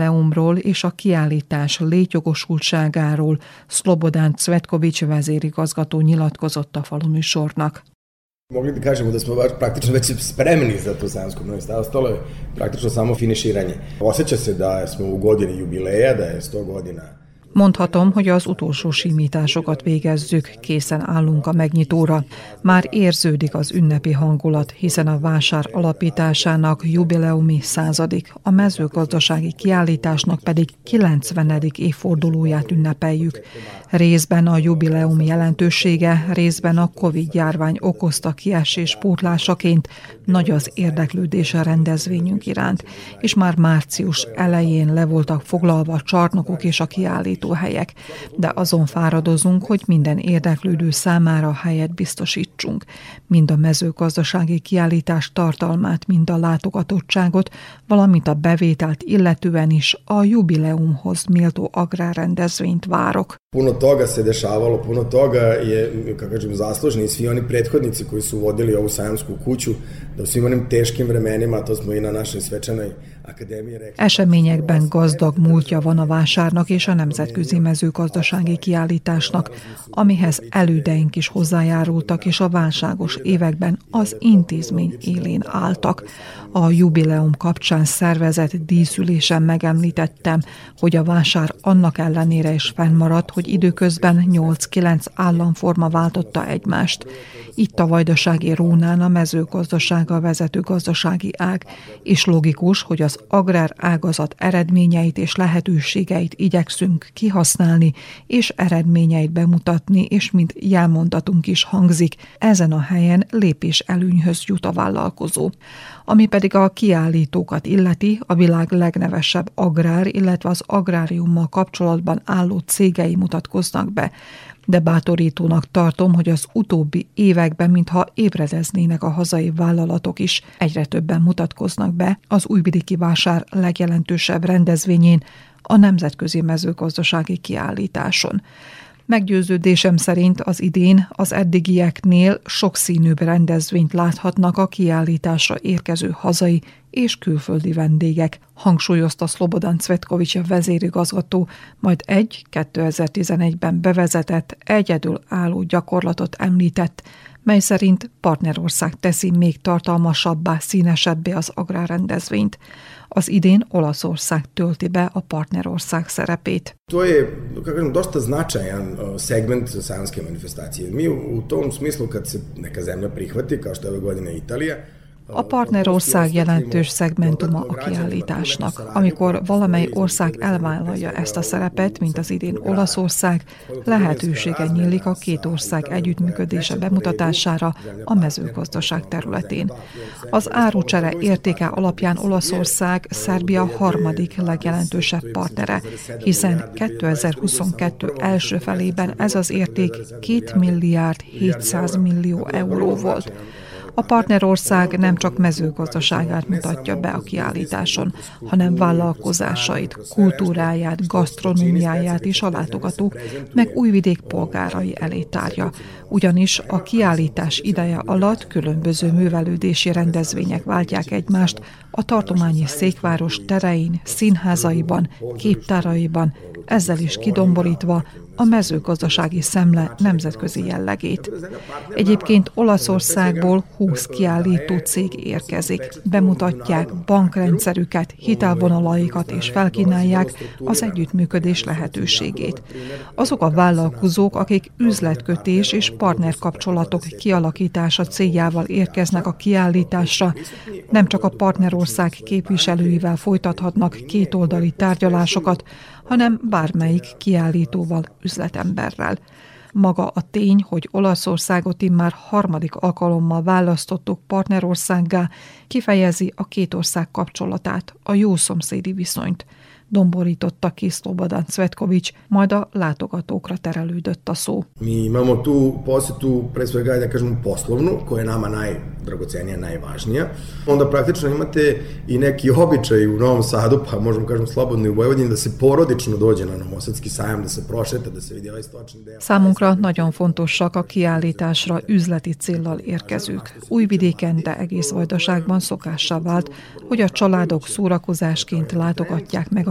jubileumról és a kiállítás létjogosultságáról Slobodan Cvetković vezérigazgató nyilatkozott a faluműsornak. Mogli da kažemo da smo baš praktično već spremni za to Sanjsko mnogostavstvo, ostalo je praktično samo finiširanje. Osjeća se da smo u godini jubileja, da je sto godina. Mondhatom, hogy az utolsó simításokat végezzük, készen állunk a megnyitóra. Már érződik az ünnepi hangulat, hiszen a vásár alapításának jubileumi századik, a mezőgazdasági kiállításnak pedig kilencvenedik évfordulóját ünnepeljük. Részben a jubileum jelentősége, részben a Covid-járvány okozta kiesés pótlásaként nagy az érdeklődés a rendezvényünk iránt, és már március elején le voltak foglalva a csarnokok és a kiállítóhelyek, de azon fáradozunk, hogy minden érdeklődő számára helyet biztosítsunk. Mind a mezőgazdasági kiállítás tartalmát, mind a látogatottságot, valamint a bevételt illetően is a jubileumhoz méltó agrárrendezvényt várok. Puno toga se dešavalo, puno toga je, kako kažem, zaslužni i svi oni prethodnici koji su vodili ovu sajamsku kuću, da u svim onim teškim vremenima, to smo i na našoj svečanoj akademiji rekli. Eseményekben gazdag múltja van a vásárnak és a nemzetközi mezőgazdasági kiállításnak, amihez elődeink is hozzájárultak, és a válságos években az intézmény élén álltak. A jubileum kapcsán szervezett díszülésen megemlítettem, hogy a vásár annak ellenére is fennmaradt, hogy időközben nyolc-kilenc államforma váltotta egymást. Itt a Vajdasági Rónán a mezőgazdasággal vezető gazdasági ág, és logikus, hogy az agrár ágazat eredményeit és lehetőségeit igyekszünk kihasználni, és eredményeit bemutatni, és mint jelmondatunk is hangzik, ezen a helyen lépés előnyhöz jut a vállalkozó. Ami pedig a kiállítókat illeti, a világ legnevesebb agrár, illetve az agráriummal kapcsolatban álló cégei mutatkoznak be. De bátorítónak tartom, hogy az utóbbi években, mintha ébredeznének a hazai vállalatok is, egyre többen mutatkoznak be az újvidéki vásár legjelentősebb rendezvényén, a Nemzetközi Mezőgazdasági Kiállításon. Meggyőződésem szerint az idén az eddigieknél sokszínűbb rendezvényt láthatnak a kiállításra érkező hazai és külföldi vendégek, hangsúlyozta Slobodan Cvetković vezérigazgató, majd egy kétezer-tizenegyben bevezetett, egyedülálló gyakorlatot említett, mely szerint partnerország teszi még tartalmasabbá, színesebbé az agrárrendezvényt. Az idén Olaszország tölti be a partnerország szerepét. To je, kako kažem, dosta značajan segment sajamske manifestacije. Mi u tom smislu kad se neka zemlja prihvati, kao što je ove godine Italija, A partnerország jelentős szegmentuma a kiállításnak. Amikor valamely ország elvállalja ezt a szerepet, mint az idén Olaszország, lehetősége nyílik a két ország együttműködése bemutatására a mezőgazdaság területén. Az árucsere értéke alapján Olaszország Szerbia harmadik legjelentősebb partnere, hiszen kétezer-huszonkettő első felében ez az érték két milliárd hétszáz millió euró volt. A partnerország nem csak mezőgazdaságát mutatja be a kiállításon, hanem vállalkozásait, kultúráját, gasztronómiáját is a látogatók, meg Újvidék polgárai elé tárja. Ugyanis a kiállítás ideje alatt különböző művelődési rendezvények váltják egymást a tartományi székváros terein, színházaiban, képtáraiban, ezzel is kidomborítva a mezőgazdasági szemle nemzetközi jellegét. Egyébként Olaszországból húsz kiállító cég érkezik. Bemutatják bankrendszerüket, hitelvonalaikat és felkínálják az együttműködés lehetőségét. Azok a vállalkozók, akik üzletkötés és partnerkapcsolatok kialakítása céljával érkeznek a kiállításra, nem csak a partnerország képviselőivel folytathatnak kétoldali tárgyalásokat, hanem bármelyik kiállítóval, üzletemberrel. Maga a tény, hogy Olaszországot immár harmadik alkalommal választottuk partnerországgá, kifejezi a két ország kapcsolatát, a jó szomszédi viszonyt. Domborította ki Slobodan Cvetković, majd a látogatókra terelődött a szó. Mi imamo tu posetu, pre svega, da kažemo, poslovnu, koja je nama najdragocenija, najvažnija. Onda praktično imate i neki običaj u Novom Sadu, pa možemo kažemo slobodno i u Vojvodini, da se porodično dođe na Novosadski sajam, da se prošeta, da se vidi ovaj stočni deo. Számunkra nagyon fontosak a kiállításra üzleti céllal érkezők. Újvidéken, de egész Vajdaságban szokássá vált, hogy a családok szórakozásként látogatják meg a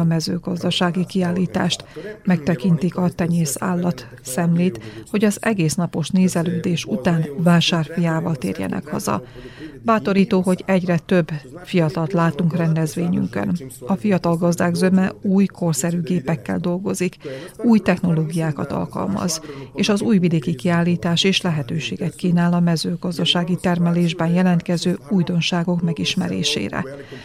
mezőgazdasági kiállítást, megtekintik a tenyész állat szemlét, hogy az egésznapos nézelődés után vásárfiával térjenek haza. Bátorító, hogy egyre több fiatalt látunk rendezvényünkön. A fiatal gazdák zöme új, korszerű gépekkel dolgozik, új technológiákat alkalmaz, és az újvidéki kiállítás is lehetőséget kínál a mezőgazdasági termelésben jelentkező újdonságok megismerésére.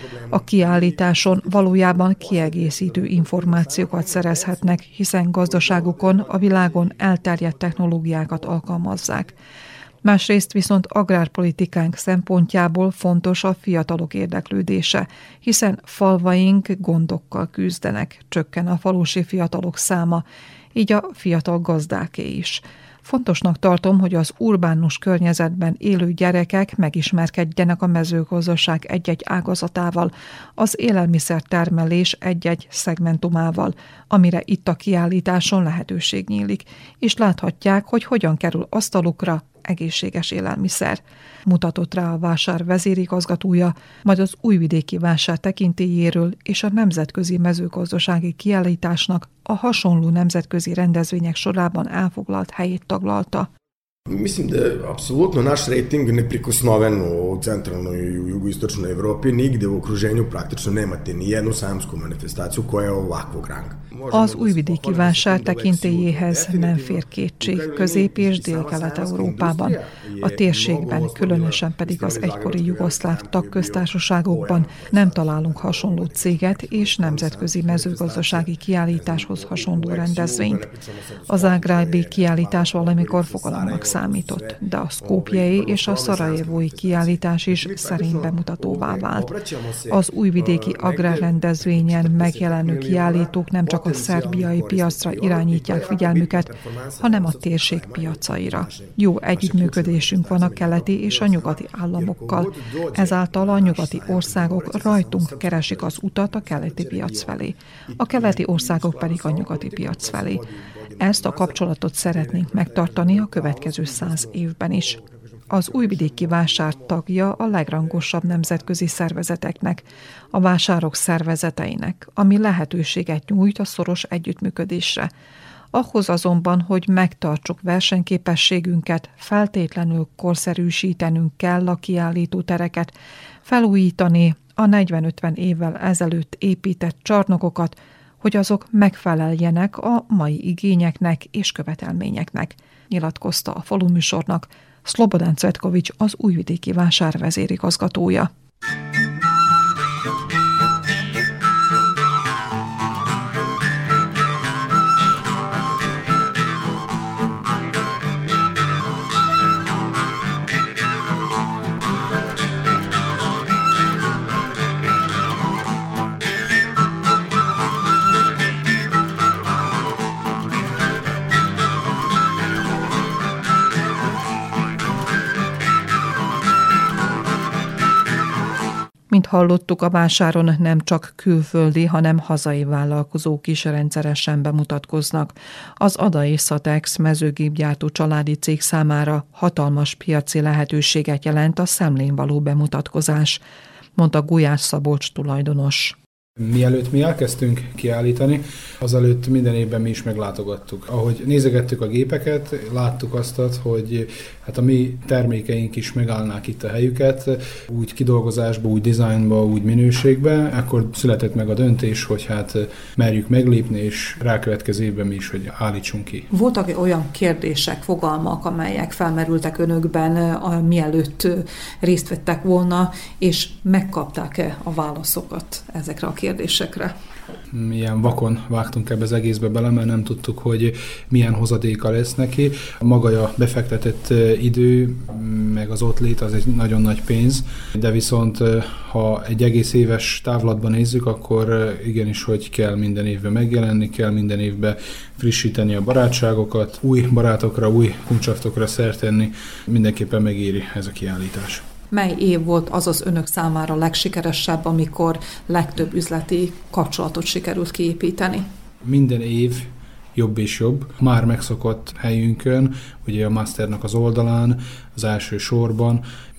A kiállításon valójában kiegészítő információkat szerezhetnek, hiszen gazdaságukon a világon elterjedt technológiákat alkalmazzák. Másrészt viszont agrárpolitikánk szempontjából fontos a fiatalok érdeklődése, hiszen falvaink gondokkal küzdenek, csökken a falusi fiatalok száma, így a fiatal gazdáké is. Fontosnak tartom, hogy az urbánus környezetben élő gyerekek megismerkedjenek a mezőgazdaság egy-egy ágazatával, az élelmiszertermelés egy-egy szegmentumával, amire itt a kiállításon lehetőség nyílik, és láthatják, hogy hogyan kerül asztalukra egészséges élelmiszer. Mutatott rá a vásár vezérigazgatója, majd az újvidéki vásár tekintélyéről és a nemzetközi mezőgazdasági kiállításnak a hasonló nemzetközi rendezvények sorában elfoglalt helyét taglalta. Mislim da je apsolutno naš rating neprikosnoven u centralnoj i u jugoistočnoj Evropi. Nigde u okruženju praktično nemate ni jednu sajamsku manifestaciju koja je ovakvog ranga. Az újvidéki vásár tekintélyéhez nem fér kétség Közép- és Dél-Kelet-Európában, a térségben, különösen pedig az egykori jugoszláv tagköztársaságokban nem találunk hasonló céget és nemzetközi mezőgazdasági kiállításhoz hasonló rendezvényt. Az zágrábi kiállítás valamikor fogalomnak számított, de a szkópjei és a szarajevói kiállítás is szerény bemutatóvá vált. Az újvidéki agrárrendezvényen megjelenő kiállítók nem csak a szerbiai piacra irányítják figyelmüket, hanem a térség piacaira. Jó együttműködésünk van a keleti és a nyugati államokkal. Ezáltal a nyugati országok rajtunk keresik az utat a keleti piac felé, a keleti országok pedig a nyugati piac felé. Ezt a kapcsolatot szeretnénk megtartani a következő száz évben is. Az újvidéki vásár tagja a legrangosabb nemzetközi szervezeteknek, a vásárok szervezeteinek, ami lehetőséget nyújt a szoros együttműködésre. Ahhoz azonban, hogy megtartsuk versenyképességünket, feltétlenül korszerűsítenünk kell a kiállítótereket, felújítani a negyven-ötven évvel ezelőtt épített csarnokokat, hogy azok megfeleljenek a mai igényeknek és követelményeknek, nyilatkozta a faluműsornak Szlobodán Cvetkovics, az újvidéki vásár vezérigazgatója. Mint hallottuk, a vásáron nem csak külföldi, hanem hazai vállalkozók is rendszeresen bemutatkoznak. Az Ada és Szatex mezőgépgyártó családi cég számára hatalmas piaci lehetőséget jelent a szemlén való bemutatkozás, mondta Gulyás Szabolcs tulajdonos. Mielőtt mi elkezdtünk kiállítani, azelőtt minden évben mi is meglátogattuk. Ahogy nézegettük a gépeket, láttuk azt, hogy hát a mi termékeink is megállnák itt a helyüket, úgy kidolgozásba, úgy dizájnba, úgy minőségbe, akkor született meg a döntés, hogy hát merjük meglépni, és rákövetkező évben mi is, hogy állítsunk ki. Voltak olyan kérdések, fogalmak, amelyek felmerültek önökben, a, mielőtt részt vettek volna, és megkapták-e a válaszokat ezekre a kérdésekre? Milyen vakon vágtunk ebbe az egészbe bele, mert nem tudtuk, hogy milyen hozadéka lesz neki. Maga a befektetett idő, meg az ott lét az egy nagyon nagy pénz, de viszont ha egy egész éves távlatban nézzük, akkor igenis, hogy kell minden évben megjelenni, kell minden évben frissíteni a barátságokat, új barátokra, új kuncsafokra szert tenni, mindenképpen megéri ez a kiállítás. Mely év volt az az önök számára legsikeresebb, amikor legtöbb üzleti kapcsolatot sikerült kiépíteni? Minden év jobb és jobb. Már megszokott helyünkön, ugye a Masternak az oldalán, az első sorban,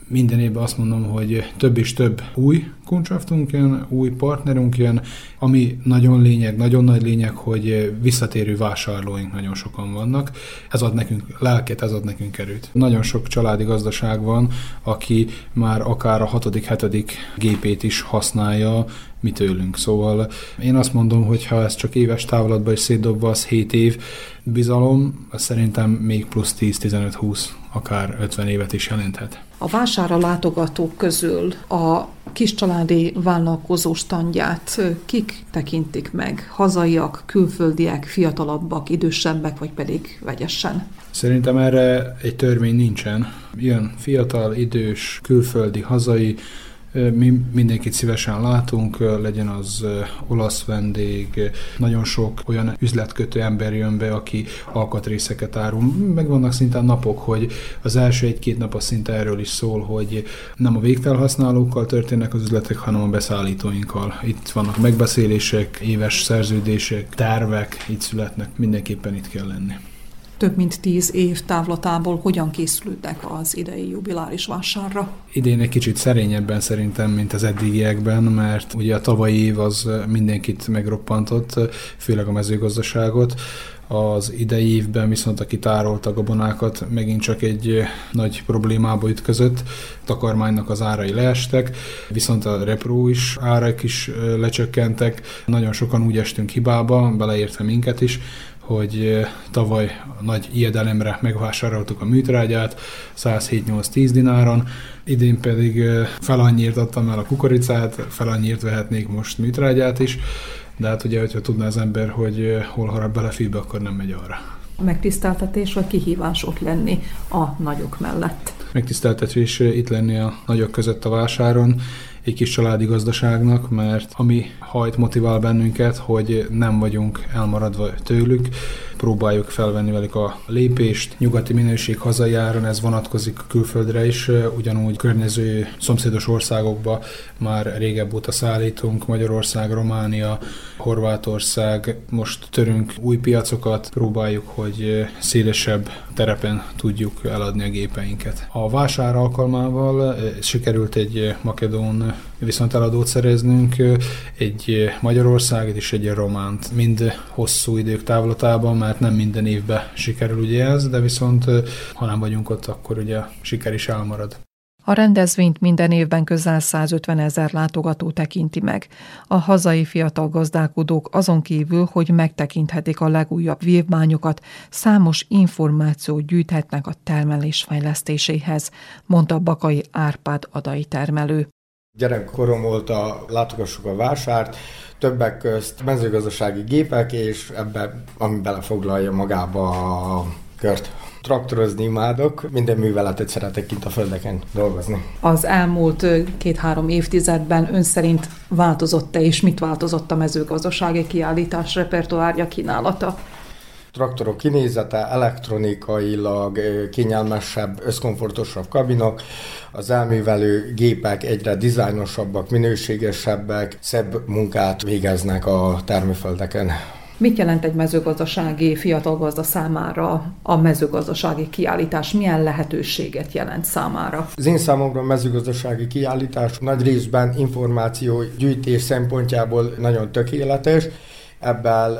minden évben azt mondom, hogy több és több új kuncsaftunk jön, új partnerünk jön, ami nagyon lényeg, nagyon nagy lényeg, hogy visszatérő vásárlóink nagyon sokan vannak. Ez ad nekünk lelket, ez ad nekünk erőt. Nagyon sok családi gazdaság van, aki már akár a hatodik, hetedik gépét is használja mi tőlünk. Szóval én azt mondom, hogy ha ez csak éves távlatba is szétdobva, az hét év bizalom, az szerintem még plusz tíz, tizenöt, húsz, akár ötven évet is jelenthet. A vásárra látogatók közül a kiscsaládi vállalkozó standját kik tekintik meg? Hazaiak, külföldiek, fiatalabbak, idősebbek, vagy pedig vegyesen? Szerintem erre egy törvény nincsen. Jön fiatal, idős, külföldi, hazai, mi mindenkit szívesen látunk, legyen az olasz vendég, nagyon sok olyan üzletkötő ember jön be, aki alkatrészeket árul. Meg vannak szinte napok, hogy az első egy-két nap az szinte erről is szól, hogy nem a végfelhasználókkal történnek az üzletek, hanem a beszállítóinkkal. Itt vannak megbeszélések, éves szerződések, tervek, itt születnek, mindenképpen itt kell lenni. Több mint tíz év távlatából hogyan készültek az idei jubiláris vásárra? Idén egy kicsit szerényebben szerintem, mint az eddigiekben, mert ugye a tavalyi év az mindenkit megroppantott, főleg a mezőgazdaságot. Az idei évben viszont aki tárolta a gabonákat, megint csak egy nagy problémába ütközött. Takarmánynak az árai leestek, viszont a repró is árak is lecsökkentek. Nagyon sokan úgy estünk hibába, beleértve minket is, hogy tavaly nagy ijedelemre megvásároltuk a műtrágyát száz hét nyolc tíz dináron, idén pedig fel annyiért adtam el a kukoricát, fel annyiért vehetnék most műtrágyát is, de hát ugye, hogyha tudná az ember, hogy hol harap bele fűbe, akkor nem megy arra. Megtiszteltetés vagy kihívás ott lenni a nagyok mellett? Megtiszteltetés itt lenni a nagyok között a vásáron, egy kis családi gazdaságnak, mert ami hajt, motivál bennünket, hogy nem vagyunk elmaradva tőlük, próbáljuk felvenni velük a lépést. Nyugati minőség hazai áron, ez vonatkozik a külföldre is, ugyanúgy környező szomszédos országokba már régebb óta szállítunk, Magyarország, Románia, Horvátország, most törünk új piacokat, próbáljuk, hogy szélesebb terepen tudjuk eladni a gépeinket. A vásár alkalmával sikerült egy makedón viszont eladót szereznünk, egy Magyarországot és egy románt, mind hosszú idők távlatában, mert nem minden évben sikerül ugye ez, de viszont ha nem vagyunk ott, akkor ugye a siker is elmarad. A rendezvényt minden évben közel százötven ezer látogató tekinti meg. A hazai fiatal gazdálkodók azon kívül, hogy megtekinthetik a legújabb vívmányokat, számos információt gyűjthetnek a termelés fejlesztéséhez, mondta Bakai Árpád adai termelő. Gyerekkorom óta látogassuk a vásárt, többek közt mezőgazdasági gépek, és ebbe, ami belefoglalja magába a kört. Traktorozni imádok, minden műveletet szeretek itt a földeken dolgozni. Az elmúlt két-három évtizedben ön szerint változott-e, és mit változott a mezőgazdasági kiállítás repertoárja, kínálata? Traktorok kinézete, elektronikailag kényelmesebb, összkomfortosabb kabinok, az elművelő gépek egyre dizájnosabbak, minőségesebbek, szebb munkát végeznek a termőföldeken. Mit jelent egy mezőgazdasági fiatal gazda számára a mezőgazdasági kiállítás? Milyen lehetőséget jelent számára? Az én számomra a mezőgazdasági kiállítás nagy részben információgyűjtés szempontjából nagyon tökéletes. Ebben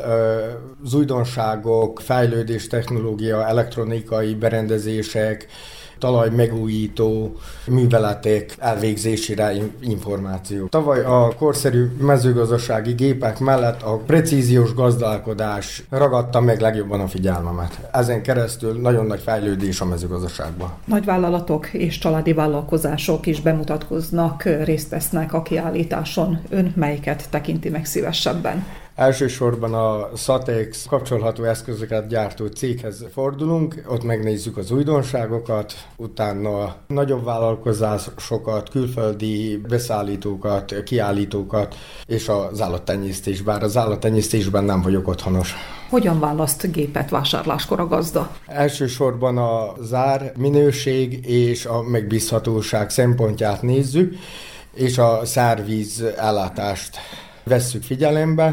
az újdonságok, fejlődés, technológia, elektronikai berendezések, talaj megújító műveletek elvégzésére információ. Tavaly a korszerű mezőgazdasági gépek mellett a precíziós gazdálkodás ragadta meg legjobban a figyelmemet. Ezen keresztül nagyon nagy fejlődés a mezőgazdaságban. Nagyvállalatok és családi vállalkozások is bemutatkoznak, részt vesznek a kiállításon. Ön melyiket tekinti meg szívesebben? Elsősorban a Satex kapcsolható eszközöket gyártó céghez fordulunk, ott megnézzük az újdonságokat, utána nagyobb vállalkozásokat, külföldi beszállítókat, kiállítókat, és az állattenyésztés, bár az állattenyésztésben nem vagyok otthonos. Hogyan választ gépet vásárláskor a gazda? Elsősorban az ár, minőség és a megbízhatóság szempontját nézzük, és a szárvíz ellátást vesszük figyelembe,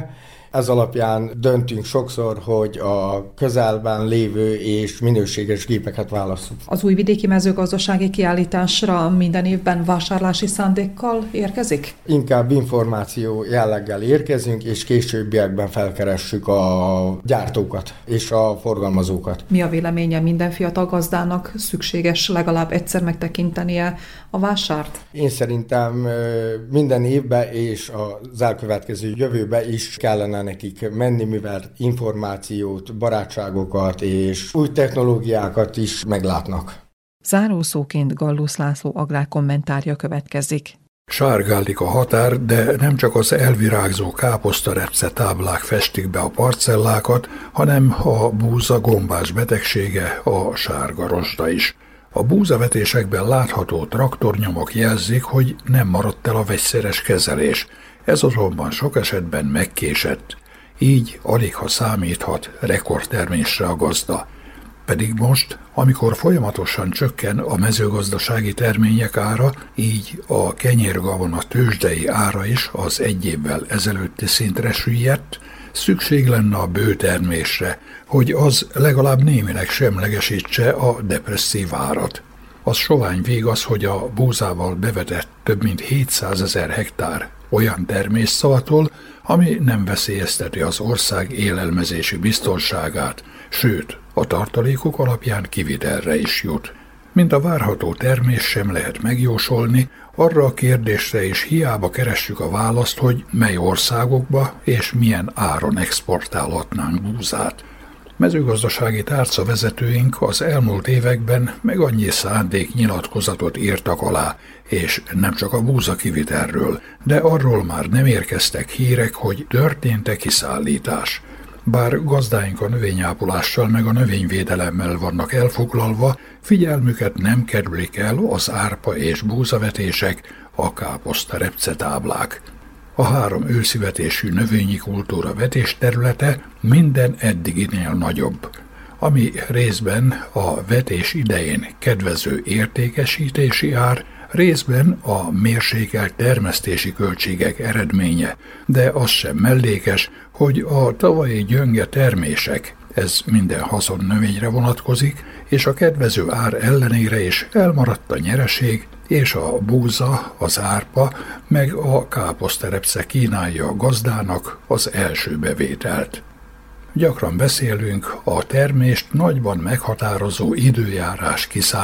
Ez alapján döntünk sokszor, hogy a közelben lévő és minőséges gépeket válasszuk. Az újvidéki mezőgazdasági kiállításra minden évben vásárlási szándékkal érkezik? Inkább információ jelleggel érkezünk, és későbbiekben felkeressük a gyártókat és a forgalmazókat. Mi a véleménye, minden fiatal gazdának szükséges legalább egyszer megtekintenie a vásárt? Én szerintem minden évben és az elkövetkező jövőben is kellene nekik menni, mivel információt, barátságokat és új technológiákat is meglátnak. Zárószóként Gallus László agrárkommentárja következik. Sárgálik a határ, de nem csak az elvirágzó káposztarepce táblák festik be a parcellákat, hanem a búza gombás betegsége, a sárga rozsda is. A búzavetésekben látható traktornyomok jelzik, hogy nem maradt el a vegyszeres kezelés. Ez azonban sok esetben megkésett. Így aligha számíthat rekordtermésre a gazda. Pedig most, amikor folyamatosan csökken a mezőgazdasági termények ára, így a kenyérgabona tőzsdei ára is az egy évvel ezelőtti szintre süllyedt, szükség lenne a bőtermésre, hogy az legalább némileg semlegesítse a depresszív árat. Az sovány vég az, hogy a búzával bevetett több mint hétszázezer hektár olyan termést szavatol, ami nem veszélyezteti az ország élelmezési biztonságát, sőt, a tartalékok alapján kivitelre is jut. Mint a várható termés sem lehet megjósolni, arra a kérdésre is hiába keressük a választ, hogy mely országokba és milyen áron exportálhatnánk búzát. Mezőgazdasági tárcavezetőink az elmúlt években meg annyi szándéknyilatkozatot írtak alá, és nem csak a búza kivitelről, de arról már nem érkeztek hírek, hogy történt-e kiszállítás. Bár gazdáink a növényápolással meg a növényvédelemmel vannak elfoglalva, figyelmüket nem kerülik el az árpa és búzavetések, a káposzta repcetáblák. A három őszivetésű növényi kultúra vetés területe minden eddiginél nagyobb, ami részben a vetés idején kedvező értékesítési ár, részben a mérsékelt termesztési költségek eredménye, de az sem mellékes, hogy a tavalyi gyönge termések, ez minden haszonnövényre vonatkozik, és a kedvező ár ellenére is elmaradt a nyereség, és a búza, az árpa, meg a káposzterepce kínálja a gazdának az első bevételt. Gyakran beszélünk a termést nagyban meghatározó időjárás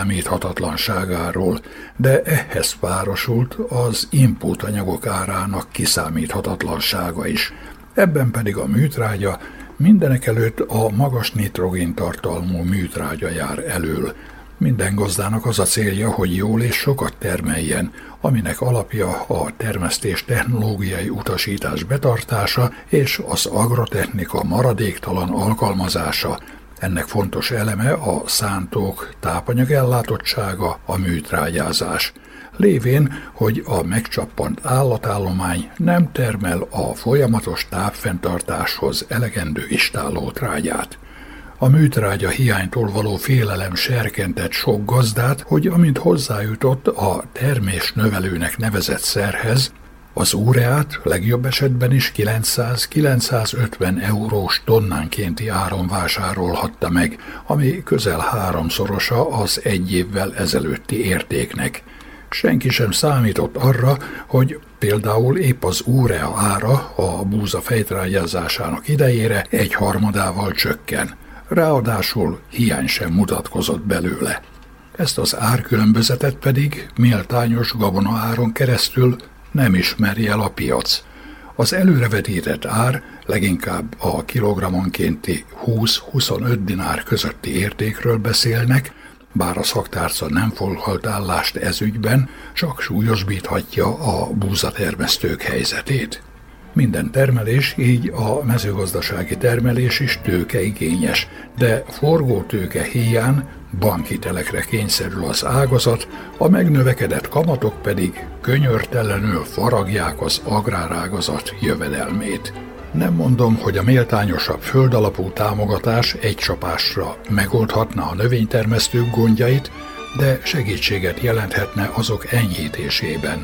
kiszámíthatatlanságáról, de ehhez párosult az input anyagok árának kiszámíthatatlansága is. Ebben pedig a műtrágya, mindenekelőtt a magas nitrogéntartalmú műtrágya jár elől. Minden gazdának az a célja, hogy jól és sokat termeljen, aminek alapja a termesztés technológiai utasítás betartása és az agrotechnika maradéktalan alkalmazása. Ennek fontos eleme a szántók tápanyagellátottsága, a műtrágyázás. Lévén, hogy a megcsappant állatállomány nem termel a folyamatos tápfenntartáshoz elegendő istállótrágyát. A műtrágya hiánytól való félelem serkentett sok gazdát, hogy amint hozzájutott a termés növelőnek nevezett szerhez, az úreát legjobb esetben is kilencszáz-kilencszázötven eurós tonnánkénti áron vásárolhatta meg, ami közel háromszorosa az egy évvel ezelőtti értéknek. Senki sem számított arra, hogy például épp az úrea ára a búza fejtrágyázásának idejére egy harmadával csökken. Ráadásul hiány sem mutatkozott belőle. Ezt az árkülönbözetet pedig méltányos gabona áron keresztül nem ismeri el a piac. Az előrevetített ár leginkább a kilogrammonkénti húsz-huszonöt dinár közötti értékről beszélnek, bár a szaktárca nem foglalt állást ez ügyben, csak súlyosbíthatja a búzatermesztők helyzetét. Minden termelés, így a mezőgazdasági termelés is tőkeigényes, de forgótőke híján bankhitelekre kényszerül az ágazat, a megnövekedett kamatok pedig könyörtelenül faragják az agrárágazat jövedelmét. Nem mondom, hogy a méltányosabb földalapú támogatás egy csapásra megoldhatna a növénytermesztők gondjait, de segítséget jelenthetne azok enyhítésében.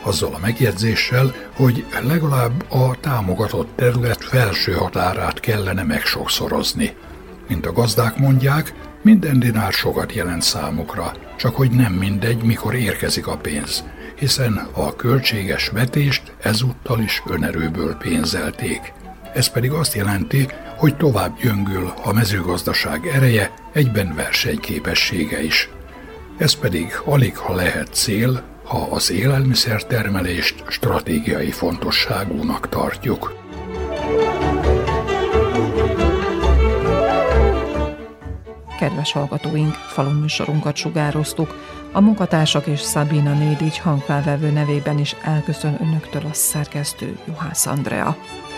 azzal a megjegyzéssel, hogy legalább a támogatott terület felső határát kellene megsokszorozni. Mint a gazdák mondják, minden dinár sokat jelent számukra, csak hogy nem mindegy, mikor érkezik a pénz, hiszen a költséges vetést ezúttal is önerőből pénzelték. Ez pedig azt jelenti, hogy tovább gyöngül a mezőgazdaság ereje, egyben versenyképessége is. Ez pedig alig ha lehet cél, ha az élelmiszertermelést stratégiai fontosságúnak tartjuk. Kedves hallgatóink, faluműsorunkat sugároztuk. A munkatársak és Szabina Nédics hangfelvevő nevében is elköszön önöktől a szerkesztő Juhász Andrea.